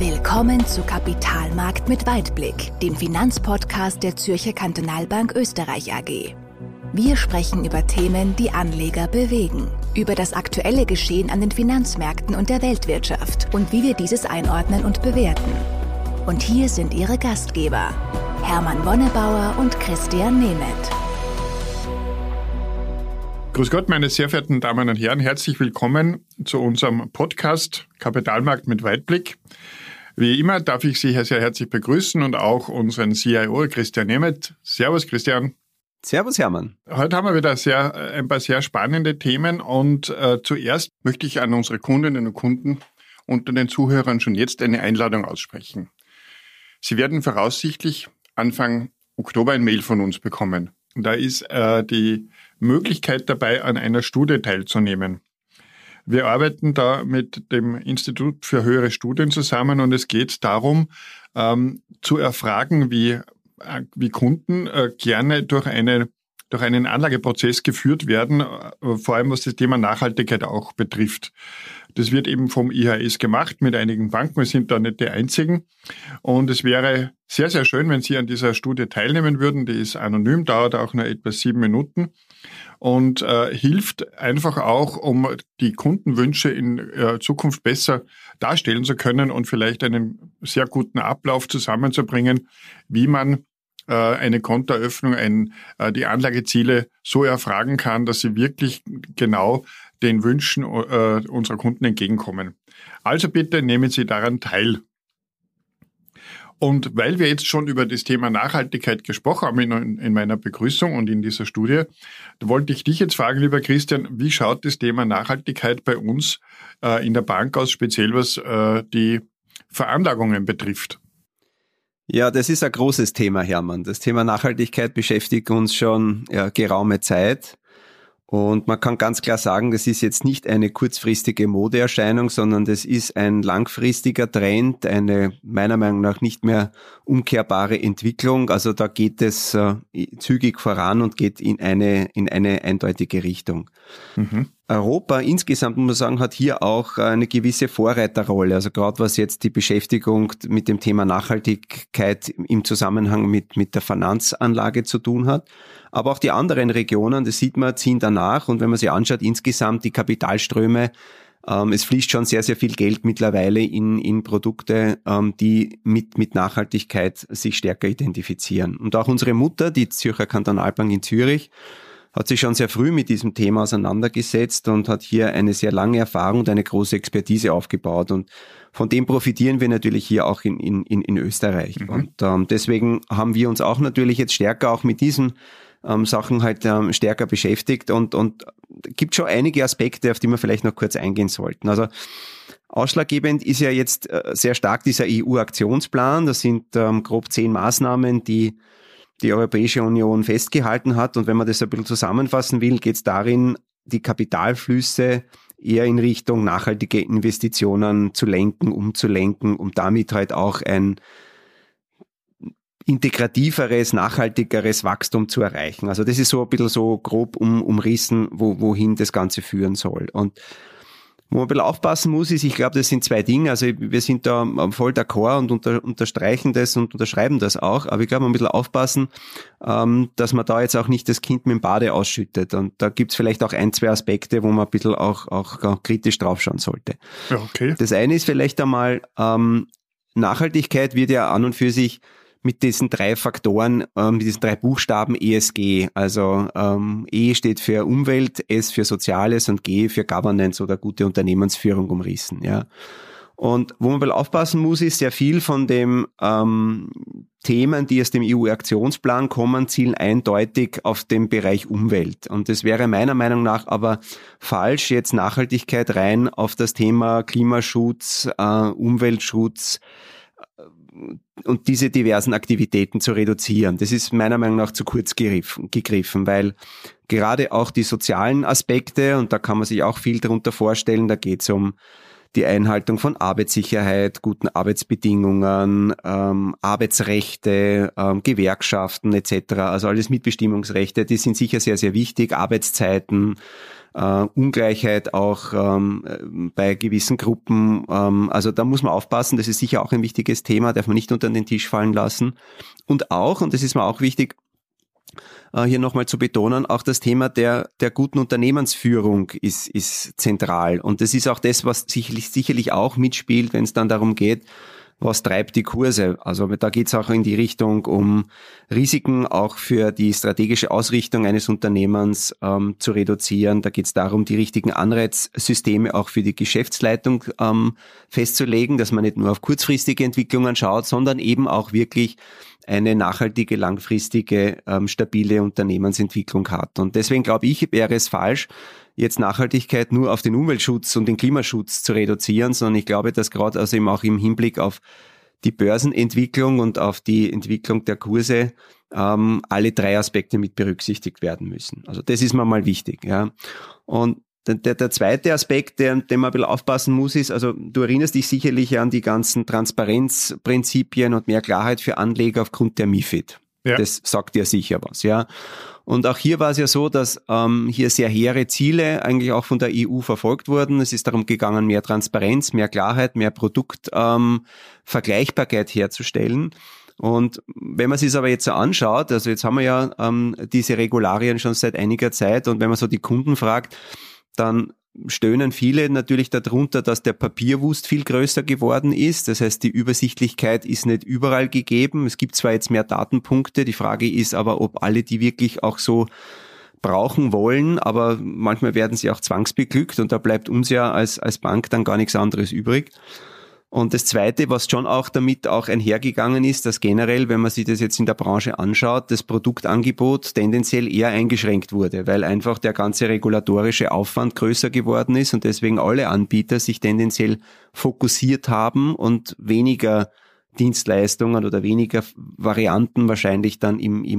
Willkommen zu Kapitalmarkt mit Weitblick, dem Finanzpodcast der Zürcher Kantonalbank Österreich AG. Wir sprechen über Themen, die Anleger bewegen, über das aktuelle Geschehen an den Finanzmärkten und der Weltwirtschaft und wie wir dieses einordnen und bewerten. Und hier sind Ihre Gastgeber, Hermann Wonnebauer und Christian Nemeth. Grüß Gott, meine sehr verehrten Damen und Herren, herzlich willkommen zu unserem Podcast Kapitalmarkt mit Weitblick. Wie immer darf ich Sie sehr herzlich begrüßen und auch unseren CIO Christian Nemeth. Servus Christian. Servus Hermann. Heute haben wir wieder ein paar sehr spannende Themen und zuerst möchte ich an unsere Kundinnen und Kunden unter den Zuhörern schon jetzt eine Einladung aussprechen. Sie werden voraussichtlich Anfang Oktober ein Mail von uns bekommen. Da ist die Möglichkeit dabei, an einer Studie teilzunehmen. Wir arbeiten da mit dem Institut für höhere Studien zusammen und es geht darum, zu erfragen, wie Kunden gerne durch einen Anlageprozess geführt werden, vor allem was das Thema Nachhaltigkeit auch betrifft. Das wird eben vom IHS gemacht mit einigen Banken. Wir sind da nicht die einzigen. Und es wäre sehr, sehr schön, wenn Sie an dieser Studie teilnehmen würden. Die ist anonym, dauert auch nur etwa 7 Minuten und hilft einfach auch, um die Kundenwünsche in Zukunft besser darstellen zu können und vielleicht einen sehr guten Ablauf zusammenzubringen, wie man eine Kontoeröffnung, die Anlageziele so erfragen kann, dass sie wirklich genau den Wünschen unserer Kunden entgegenkommen. Also bitte nehmen Sie daran teil. Und weil wir jetzt schon über das Thema Nachhaltigkeit gesprochen haben in meiner Begrüßung und in dieser Studie, da wollte ich dich jetzt fragen, lieber Christian, wie schaut das Thema Nachhaltigkeit bei uns in der Bank aus, speziell was die Veranlagungen betrifft? Ja, das ist ein großes Thema, Hermann. Das Thema Nachhaltigkeit beschäftigt uns schon geraume Zeit. Und man kann ganz klar sagen, das ist jetzt nicht eine kurzfristige Modeerscheinung, sondern das ist ein langfristiger Trend, eine meiner Meinung nach nicht mehr umkehrbare Entwicklung. Also da geht es zügig voran und geht in eine eindeutige Richtung. Mhm. Europa insgesamt, muss man sagen, hat hier auch eine gewisse Vorreiterrolle. Also gerade was jetzt die Beschäftigung mit dem Thema Nachhaltigkeit im Zusammenhang mit der Finanzanlage zu tun hat. Aber auch die anderen Regionen, das sieht man, ziehen danach. Und wenn man sich anschaut, insgesamt die Kapitalströme, es fließt schon sehr, sehr viel Geld mittlerweile in Produkte, die mit Nachhaltigkeit sich stärker identifizieren. Und auch unsere Mutter, die Zürcher Kantonalbank in Zürich, hat sich schon sehr früh mit diesem Thema auseinandergesetzt und hat hier eine sehr lange Erfahrung und eine große Expertise aufgebaut. Und von dem profitieren wir natürlich hier auch in Österreich. Mhm. Und deswegen haben wir uns auch natürlich jetzt stärker auch mit diesen Sachen halt stärker beschäftigt und gibt schon einige Aspekte, auf die wir vielleicht noch kurz eingehen sollten. Also ausschlaggebend ist ja jetzt sehr stark dieser EU-Aktionsplan. Das sind grob 10 Maßnahmen, die Europäische Union festgehalten hat. Und wenn man das ein bisschen zusammenfassen will, geht es darin, die Kapitalflüsse eher in Richtung nachhaltige Investitionen zu lenken, umzulenken, um damit halt auch ein integrativeres, nachhaltigeres Wachstum zu erreichen. Also das ist so ein bisschen so grob umrissen, wohin das Ganze führen soll. Und wo man ein bisschen aufpassen muss, ist, ich glaube, das sind 2 Dinge. Also wir sind da voll d'accord und unterstreichen das und unterschreiben das auch. Aber ich glaube, man muss ein bisschen aufpassen, dass man da jetzt auch nicht das Kind mit dem Bade ausschüttet. Und da gibt's vielleicht auch 1, 2 Aspekte, wo man ein bisschen auch kritisch draufschauen sollte. Ja, okay. Das eine ist vielleicht einmal, Nachhaltigkeit wird ja an und für sich mit diesen 3 Faktoren, mit diesen 3 Buchstaben ESG, also E steht für Umwelt, S für Soziales und G für Governance oder gute Unternehmensführung umrissen. Ja. Und wo man mal aufpassen muss, ist, sehr viel von den Themen, die aus dem EU-Aktionsplan kommen, zielen eindeutig auf den Bereich Umwelt. Und das wäre meiner Meinung nach aber falsch, jetzt Nachhaltigkeit rein auf das Thema Klimaschutz, Umweltschutz und diese diversen Aktivitäten zu reduzieren. Das ist meiner Meinung nach zu kurz gegriffen, weil gerade auch die sozialen Aspekte, und da kann man sich auch viel darunter vorstellen, da geht es um die Einhaltung von Arbeitssicherheit, guten Arbeitsbedingungen, Arbeitsrechte, Gewerkschaften etc., also alles Mitbestimmungsrechte, die sind sicher sehr, sehr wichtig, Arbeitszeiten, Ungleichheit auch bei gewissen Gruppen, also da muss man aufpassen, das ist sicher auch ein wichtiges Thema, darf man nicht unter den Tisch fallen lassen. Und das ist mir auch wichtig, hier nochmal zu betonen, auch das Thema der guten Unternehmensführung ist zentral. Und das ist auch das, was sicherlich auch mitspielt, wenn es dann darum geht, was treibt die Kurse. Also da geht es auch in die Richtung, um Risiken auch für die strategische Ausrichtung eines Unternehmens zu reduzieren. Da geht es darum, die richtigen Anreizsysteme auch für die Geschäftsleitung festzulegen, dass man nicht nur auf kurzfristige Entwicklungen schaut, sondern eben auch wirklich eine nachhaltige, langfristige, stabile Unternehmensentwicklung hat. Und deswegen glaube ich, wäre es falsch, jetzt Nachhaltigkeit nur auf den Umweltschutz und den Klimaschutz zu reduzieren, sondern ich glaube, dass gerade also eben auch im Hinblick auf die Börsenentwicklung und auf die Entwicklung der Kurse alle drei Aspekte mit berücksichtigt werden müssen. Also das ist mir mal wichtig. Ja. Und der zweite Aspekt, den man ein bisschen aufpassen muss, ist, also du erinnerst dich sicherlich an die ganzen Transparenzprinzipien und mehr Klarheit für Anleger aufgrund der MiFID. Ja. Das sagt ja sicher was, ja. Und auch hier war es ja so, dass hier sehr hehre Ziele eigentlich auch von der EU verfolgt wurden. Es ist darum gegangen, mehr Transparenz, mehr Klarheit, mehr Produktvergleichbarkeit herzustellen. Und wenn man sich es aber jetzt so anschaut, also jetzt haben wir ja diese Regularien schon seit einiger Zeit, und wenn man so die Kunden fragt, dann stöhnen viele natürlich darunter, dass der Papierwust viel größer geworden ist. Das heißt, die Übersichtlichkeit ist nicht überall gegeben. Es gibt zwar jetzt mehr Datenpunkte, die Frage ist aber, ob alle die wirklich auch so brauchen wollen, aber manchmal werden sie auch zwangsbeglückt und da bleibt uns ja als Bank dann gar nichts anderes übrig. Und das Zweite, was schon auch damit auch einhergegangen ist, dass generell, wenn man sich das jetzt in der Branche anschaut, das Produktangebot tendenziell eher eingeschränkt wurde, weil einfach der ganze regulatorische Aufwand größer geworden ist und deswegen alle Anbieter sich tendenziell fokussiert haben und weniger Dienstleistungen oder weniger Varianten wahrscheinlich dann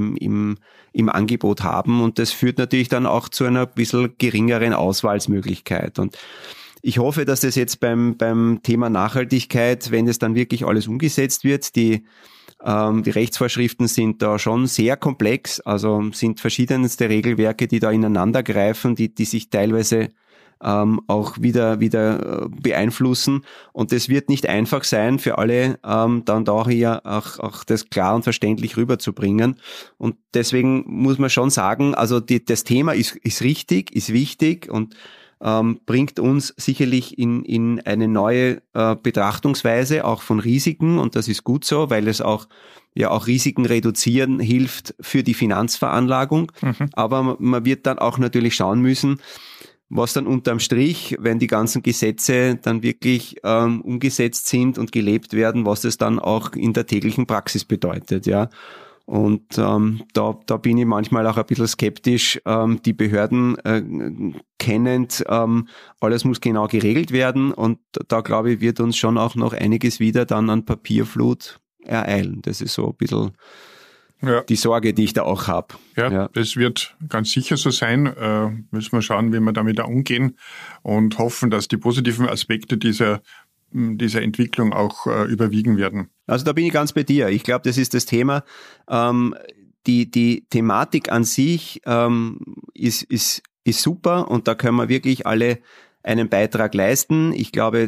im Angebot haben. Und das führt natürlich dann auch zu einer bisschen geringeren Auswahlsmöglichkeit. Und ich hoffe, dass das jetzt beim Thema Nachhaltigkeit, wenn es dann wirklich alles umgesetzt wird, die Rechtsvorschriften sind da schon sehr komplex, also sind verschiedenste Regelwerke, die da ineinander greifen, die sich teilweise auch wieder beeinflussen, und das wird nicht einfach sein für alle, dann da hier auch das klar und verständlich rüberzubringen. Und deswegen muss man schon sagen, also das Thema ist richtig, ist wichtig und bringt uns sicherlich in eine neue Betrachtungsweise auch von Risiken, und das ist gut so, weil es auch Risiken reduzieren hilft für die Finanzveranlagung. Aber man wird dann auch natürlich schauen müssen, was dann unterm Strich, wenn die ganzen Gesetze dann wirklich umgesetzt sind und gelebt werden, was es dann auch in der täglichen Praxis bedeutet, ja. Und da bin ich manchmal auch ein bisschen skeptisch, die Behörden kennend, alles muss genau geregelt werden, und da glaube ich, wird uns schon auch noch einiges wieder dann an Papierflut ereilen. Das ist so ein bisschen die Sorge, die ich da auch habe. Ja, das wird ganz sicher so sein. Müssen wir schauen, wie wir damit da umgehen, und hoffen, dass die positiven Aspekte dieser Entwicklung auch überwiegen werden. Also da bin ich ganz bei dir. Ich glaube, das ist das Thema. Die Thematik an sich ist super, und da können wir wirklich alle einen Beitrag leisten. Ich glaube,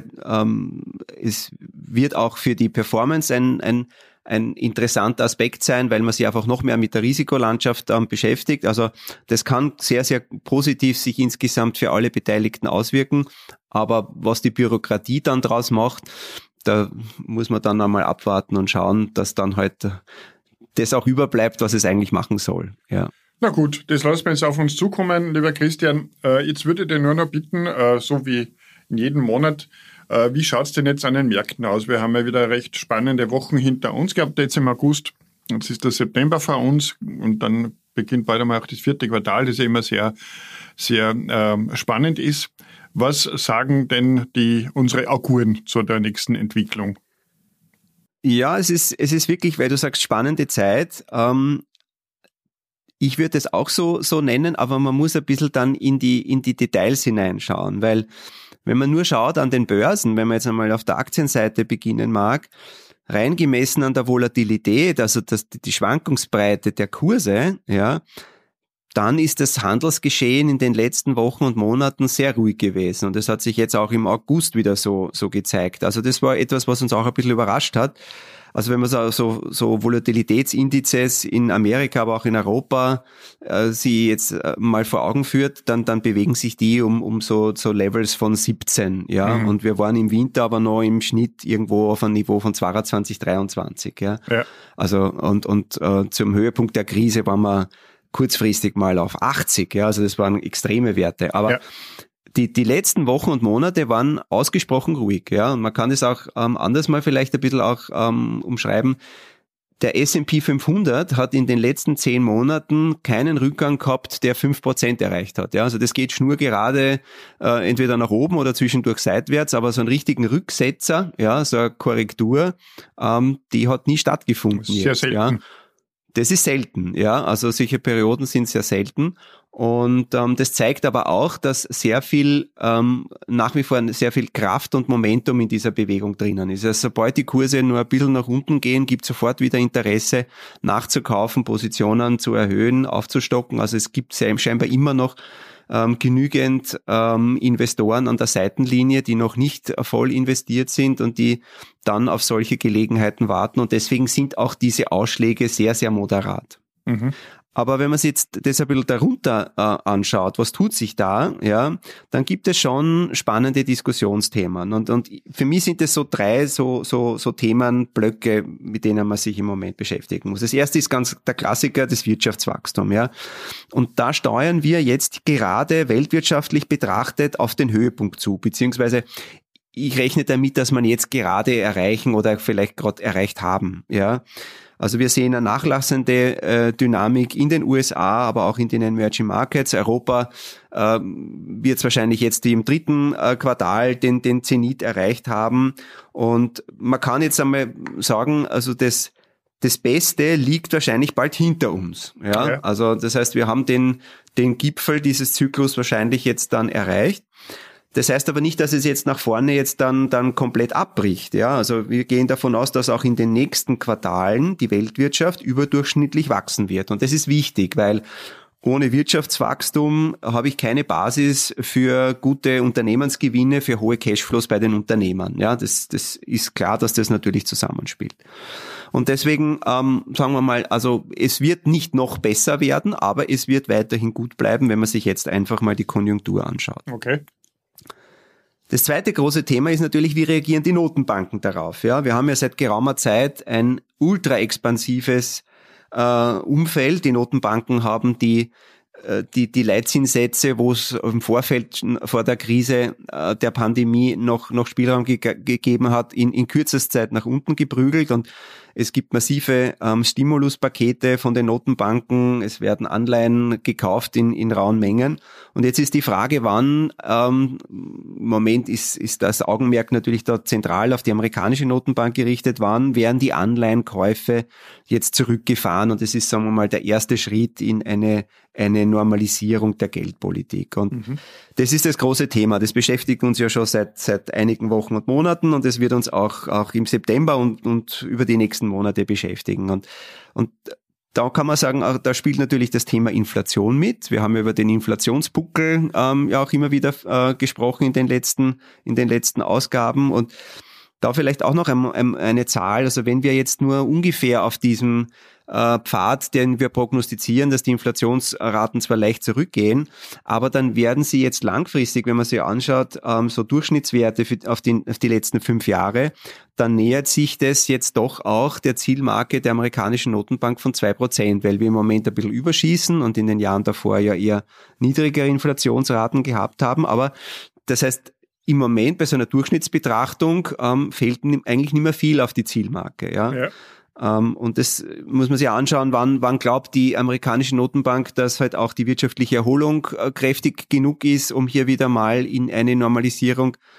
es wird auch für die Performance ein interessanter Aspekt sein, weil man sich einfach noch mehr mit der Risikolandschaft beschäftigt. Also das kann sehr, sehr positiv sich insgesamt für alle Beteiligten auswirken. Aber was die Bürokratie dann draus macht, da muss man dann einmal abwarten und schauen, dass dann halt das auch überbleibt, was es eigentlich machen soll. Ja. Na gut, das lassen wir jetzt auf uns zukommen, lieber Christian. Jetzt würde ich dir nur noch bitten, so wie in jedem Monat, wie schaut's denn jetzt an den Märkten aus? Wir haben ja wieder recht spannende Wochen hinter uns gehabt, jetzt im August. Jetzt ist der September vor uns, und dann beginnt bald einmal auch das 4. Quartal, das ja immer sehr, sehr spannend ist. Was sagen denn unsere Auguren zu der nächsten Entwicklung? Ja, es ist wirklich, weil du sagst, spannende Zeit. Ich würde es auch so nennen, aber man muss ein bisschen dann in die Details hineinschauen, weil Wenn man nur schaut an den Börsen, wenn man jetzt einmal auf der Aktienseite beginnen mag, rein gemessen an der Volatilität, also die Schwankungsbreite der Kurse, ja, dann ist das Handelsgeschehen in den letzten Wochen und Monaten sehr ruhig gewesen. Und das hat sich jetzt auch im August wieder so gezeigt. Also das war etwas, was uns auch ein bisschen überrascht hat. Also wenn man so Volatilitätsindizes in Amerika, aber auch in Europa sie jetzt mal vor Augen führt, dann bewegen sich die um so Levels von 17, ja. Und wir waren im Winter aber noch im Schnitt irgendwo auf einem Niveau von 22, 23, ja. Also und zum Höhepunkt der Krise waren wir kurzfristig mal auf 80, ja. Also das waren extreme Werte. Aber die letzten Wochen und Monate waren ausgesprochen ruhig, ja. Und man kann das auch anders mal vielleicht ein bisschen auch umschreiben. Der S&P 500 hat in den letzten 10 Monaten keinen Rückgang gehabt, der 5% erreicht hat, ja. Also das geht schnurgerade entweder nach oben oder zwischendurch seitwärts, aber so einen richtigen Rücksetzer, ja, so eine Korrektur, die hat nie stattgefunden. Sehr selten. Ja. Das ist selten, ja. Also solche Perioden sind sehr selten. Und das zeigt aber auch, dass sehr viel, nach wie vor sehr viel Kraft und Momentum in dieser Bewegung drinnen ist. Also sobald die Kurse nur ein bisschen nach unten gehen, gibt es sofort wieder Interesse nachzukaufen, Positionen zu erhöhen, aufzustocken. Also es gibt scheinbar immer noch genügend Investoren an der Seitenlinie, die noch nicht voll investiert sind und die dann auf solche Gelegenheiten warten. Und deswegen sind auch diese Ausschläge sehr, sehr moderat. Aber wenn man sich jetzt das ein bisschen darunter anschaut, was tut sich da, ja, dann gibt es schon spannende Diskussionsthemen. Und für mich sind es so 3 so Themenblöcke, mit denen man sich im Moment beschäftigen muss. Das erste ist ganz der Klassiker, das Wirtschaftswachstum, ja. Und da steuern wir jetzt gerade weltwirtschaftlich betrachtet auf den Höhepunkt zu, beziehungsweise ich rechne damit, dass man jetzt gerade erreichen oder vielleicht gerade erreicht haben, ja. Also wir sehen eine nachlassende Dynamik in den USA, aber auch in den Emerging Markets. Europa wird wahrscheinlich jetzt im 3. Quartal den Zenit erreicht haben. Und man kann jetzt einmal sagen, also das Beste liegt wahrscheinlich bald hinter uns. Ja? Also das heißt, wir haben den Gipfel dieses Zyklus wahrscheinlich jetzt dann erreicht. Das heißt aber nicht, dass es jetzt nach vorne jetzt dann komplett abbricht. Ja, also wir gehen davon aus, dass auch in den nächsten Quartalen die Weltwirtschaft überdurchschnittlich wachsen wird. Und das ist wichtig, weil ohne Wirtschaftswachstum habe ich keine Basis für gute Unternehmensgewinne, für hohe Cashflows bei den Unternehmern. Ja, das ist klar, dass das natürlich zusammenspielt. Und deswegen sagen wir mal, also es wird nicht noch besser werden, aber es wird weiterhin gut bleiben, wenn man sich jetzt einfach mal die Konjunktur anschaut. Okay. Das zweite große Thema ist natürlich, wie reagieren die Notenbanken darauf? Ja, wir haben ja seit geraumer Zeit ein ultra expansives Umfeld. Die Notenbanken haben die Leitzinssätze, wo es im Vorfeld vor der Krise der Pandemie noch Spielraum gegeben hat, in kürzester Zeit nach unten geprügelt, und es gibt massive Stimuluspakete von den Notenbanken. Es werden Anleihen gekauft in rauen Mengen. Und jetzt ist die Frage, wann, im Moment ist das Augenmerk natürlich da zentral auf die amerikanische Notenbank gerichtet, wann werden die Anleihenkäufe jetzt zurückgefahren? Und das ist, sagen wir mal, der erste Schritt in eine Normalisierung der Geldpolitik. Und das ist das große Thema. Das beschäftigt uns ja schon seit einigen Wochen und Monaten, und es wird uns auch im September und über die nächsten Monate beschäftigen. Und da kann man sagen, da spielt natürlich das Thema Inflation mit. Wir haben über den Inflationsbuckel ja auch immer wieder gesprochen in den letzten Ausgaben. Und da vielleicht auch noch eine Zahl. Also wenn wir jetzt nur ungefähr auf diesem Pfad, den wir prognostizieren, dass die Inflationsraten zwar leicht zurückgehen, aber dann werden sie jetzt langfristig, wenn man sie anschaut, so Durchschnittswerte auf die letzten 5 Jahre, dann nähert sich das jetzt doch auch der Zielmarke der amerikanischen Notenbank von 2%, weil wir im Moment ein bisschen überschießen und in den Jahren davor ja eher niedrigere Inflationsraten gehabt haben. Aber das heißt, im Moment bei so einer Durchschnittsbetrachtung fehlt eigentlich nicht mehr viel auf die Zielmarke. Ja. Und das muss man sich anschauen, wann glaubt die amerikanische Notenbank, dass halt auch die wirtschaftliche Erholung kräftig genug ist, um hier wieder mal in eine Normalisierung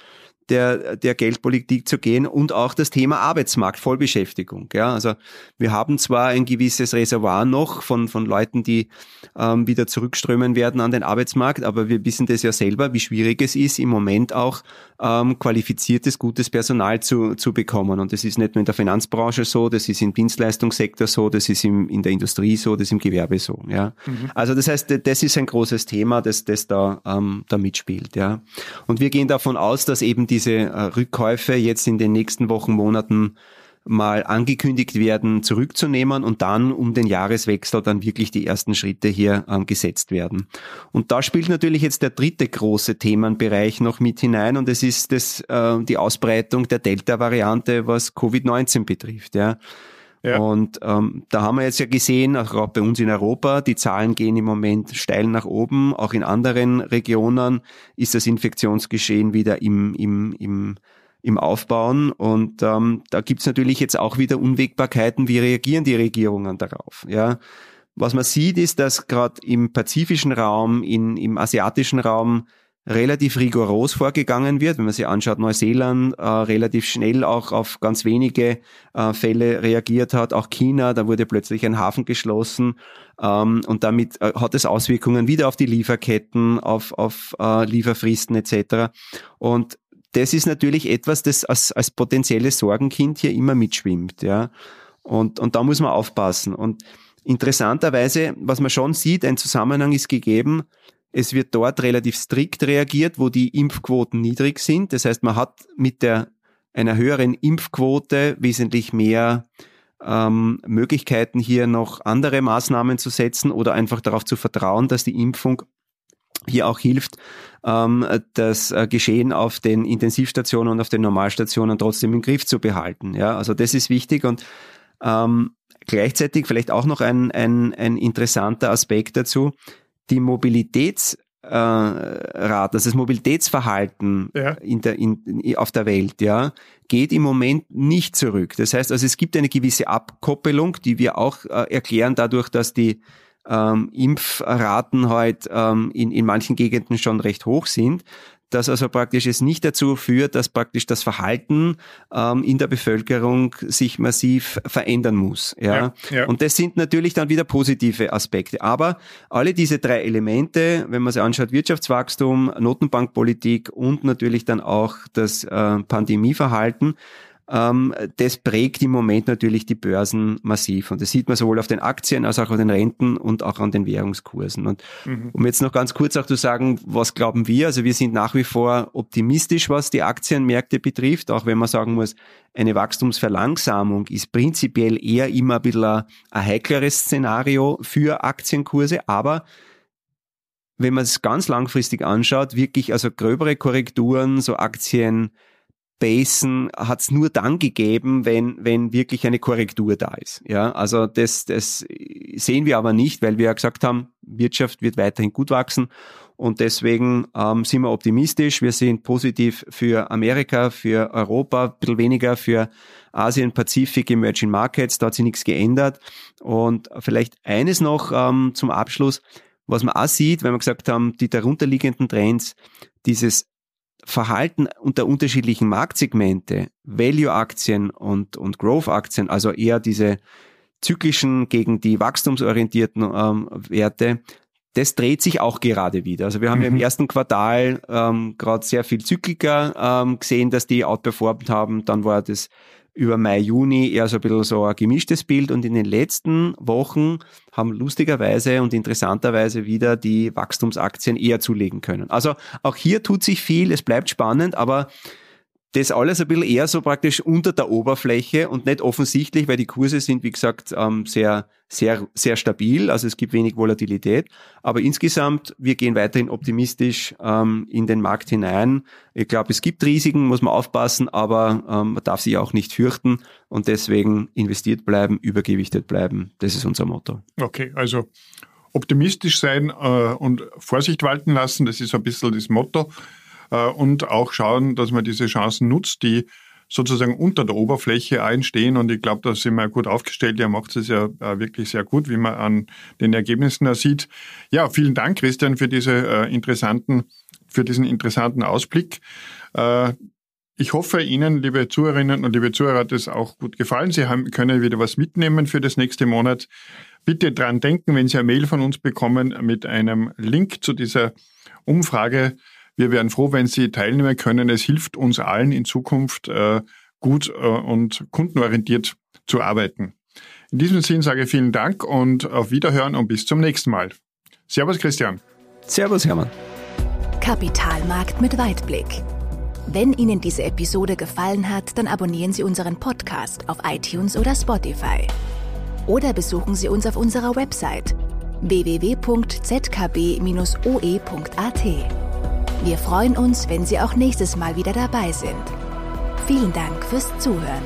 der Geldpolitik zu gehen und auch das Thema Arbeitsmarkt, Vollbeschäftigung. Ja, also wir haben zwar ein gewisses Reservoir noch von Leuten, die wieder zurückströmen werden an den Arbeitsmarkt, aber wir wissen das ja selber, wie schwierig es ist, im Moment auch qualifiziertes, gutes Personal zu bekommen. Und das ist nicht nur in der Finanzbranche so, das ist im Dienstleistungssektor so, das ist in der Industrie so, das ist im Gewerbe so. Ja, also das heißt, das ist ein großes Thema, das da mitspielt. Ja, und wir gehen davon aus, dass eben diese Rückkäufe jetzt in den nächsten Wochen, Monaten mal angekündigt werden, zurückzunehmen und dann um den Jahreswechsel dann wirklich die ersten Schritte hier gesetzt werden. Und da spielt natürlich jetzt der dritte große Themenbereich noch mit hinein und das ist die Ausbreitung der Delta-Variante, was Covid-19 betrifft. Ja. Ja. Und da haben wir jetzt ja gesehen, auch gerade bei uns in Europa, die Zahlen gehen im Moment steil nach oben. Auch in anderen Regionen ist das Infektionsgeschehen wieder im Aufbauen. Und da gibt's natürlich jetzt auch wieder Unwägbarkeiten. Wie reagieren die Regierungen darauf? Ja, was man sieht, ist, dass gerade im pazifischen Raum, im asiatischen Raum relativ rigoros vorgegangen wird. Wenn man sich anschaut, Neuseeland relativ schnell auch auf ganz wenige Fälle reagiert hat. Auch China, da wurde plötzlich ein Hafen geschlossen und damit hat es Auswirkungen wieder auf die Lieferketten, auf Lieferfristen etc. Und das ist natürlich etwas, das als potenzielles Sorgenkind hier immer mitschwimmt. Ja, und da muss man aufpassen. Und interessanterweise, was man schon sieht, ein Zusammenhang ist gegeben. Es wird dort relativ strikt reagiert, wo die Impfquoten niedrig sind. Das heißt, man hat mit einer höheren Impfquote wesentlich mehr Möglichkeiten, hier noch andere Maßnahmen zu setzen oder einfach darauf zu vertrauen, dass die Impfung hier auch hilft, das Geschehen auf den Intensivstationen und auf den Normalstationen trotzdem im Griff zu behalten. Ja, also das ist wichtig und gleichzeitig vielleicht auch noch ein interessanter Aspekt dazu. Die Mobilitätsrate, also das Mobilitätsverhalten auf der Welt, ja, geht im Moment nicht zurück. Das heißt, also es gibt eine gewisse Abkoppelung, die wir auch erklären dadurch, dass die Impfraten halt in manchen Gegenden schon recht hoch sind, dass also praktisch es nicht dazu führt, dass praktisch das Verhalten in der Bevölkerung sich massiv verändern muss. Ja? Und das sind natürlich dann wieder positive Aspekte. Aber alle diese drei Elemente, wenn man sich anschaut, Wirtschaftswachstum, Notenbankpolitik und natürlich dann auch das Pandemieverhalten, das prägt im Moment natürlich die Börsen massiv. Und das sieht man sowohl auf den Aktien als auch auf den Renten und auch an den Währungskursen. Und um jetzt noch ganz kurz auch zu sagen, was glauben wir? Also wir sind nach wie vor optimistisch, was die Aktienmärkte betrifft, auch wenn man sagen muss, eine Wachstumsverlangsamung ist prinzipiell eher immer ein bisschen ein heikleres Szenario für Aktienkurse, aber wenn man es ganz langfristig anschaut, wirklich also gröbere Korrekturen, so Aktien Basen hat es nur dann gegeben, wenn wirklich eine Korrektur da ist. Ja, also das sehen wir aber nicht, weil wir ja gesagt haben, Wirtschaft wird weiterhin gut wachsen und deswegen sind wir optimistisch. Wir sind positiv für Amerika, für Europa, ein bisschen weniger für Asien, Pazifik, Emerging Markets. Da hat sich nichts geändert. Und vielleicht eines noch zum Abschluss, was man auch sieht, wenn wir gesagt haben, die darunterliegenden Trends, dieses Verhalten unter unterschiedlichen Marktsegmente, Value-Aktien und Growth-Aktien, also eher diese zyklischen gegen die wachstumsorientierten Werte, das dreht sich auch gerade wieder. Also wir haben ja im ersten Quartal gerade sehr viel Zykliker gesehen, dass die outperformt haben. Dann war das über Mai, Juni eher so ein bisschen so ein gemischtes Bild und in den letzten Wochen haben lustigerweise und interessanterweise wieder die Wachstumsaktien eher zulegen können. Also auch hier tut sich viel, es bleibt spannend, aber das alles ein bisschen eher so praktisch unter der Oberfläche und nicht offensichtlich, weil die Kurse sind, wie gesagt, sehr, sehr, sehr stabil, also es gibt wenig Volatilität, aber insgesamt, wir gehen weiterhin optimistisch in den Markt hinein. Ich glaube, es gibt Risiken, muss man aufpassen, aber man darf sich auch nicht fürchten und deswegen investiert bleiben, übergewichtet bleiben, das ist unser Motto. Okay, also optimistisch sein und Vorsicht walten lassen, das ist ein bisschen das Motto. Und auch schauen, dass man diese Chancen nutzt, die sozusagen unter der Oberfläche entstehen. Und ich glaube, da sind wir gut aufgestellt. Ihr macht es ja wirklich sehr gut, wie man an den Ergebnissen sieht. Ja, vielen Dank, Christian, für diesen interessanten Ausblick. Ich hoffe, Ihnen, liebe Zuhörerinnen und liebe Zuhörer, hat es auch gut gefallen. Sie können wieder was mitnehmen für das nächste Monat. Bitte dran denken, wenn Sie eine Mail von uns bekommen mit einem Link zu dieser Umfrage. Wir wären froh, wenn Sie teilnehmen können. Es hilft uns allen in Zukunft gut und kundenorientiert zu arbeiten. In diesem Sinn sage ich vielen Dank und auf Wiederhören und bis zum nächsten Mal. Servus Christian. Servus Hermann. Kapitalmarkt mit Weitblick. Wenn Ihnen diese Episode gefallen hat, dann abonnieren Sie unseren Podcast auf iTunes oder Spotify. Oder besuchen Sie uns auf unserer Website www.zkb-oe.at. Wir freuen uns, wenn Sie auch nächstes Mal wieder dabei sind. Vielen Dank fürs Zuhören.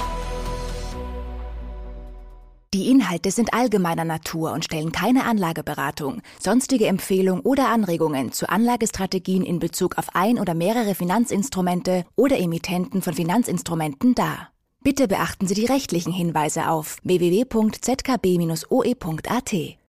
Die Inhalte sind allgemeiner Natur und stellen keine Anlageberatung, sonstige Empfehlung oder Anregungen zu Anlagestrategien in Bezug auf ein oder mehrere Finanzinstrumente oder Emittenten von Finanzinstrumenten dar. Bitte beachten Sie die rechtlichen Hinweise auf www.zkb-oe.at.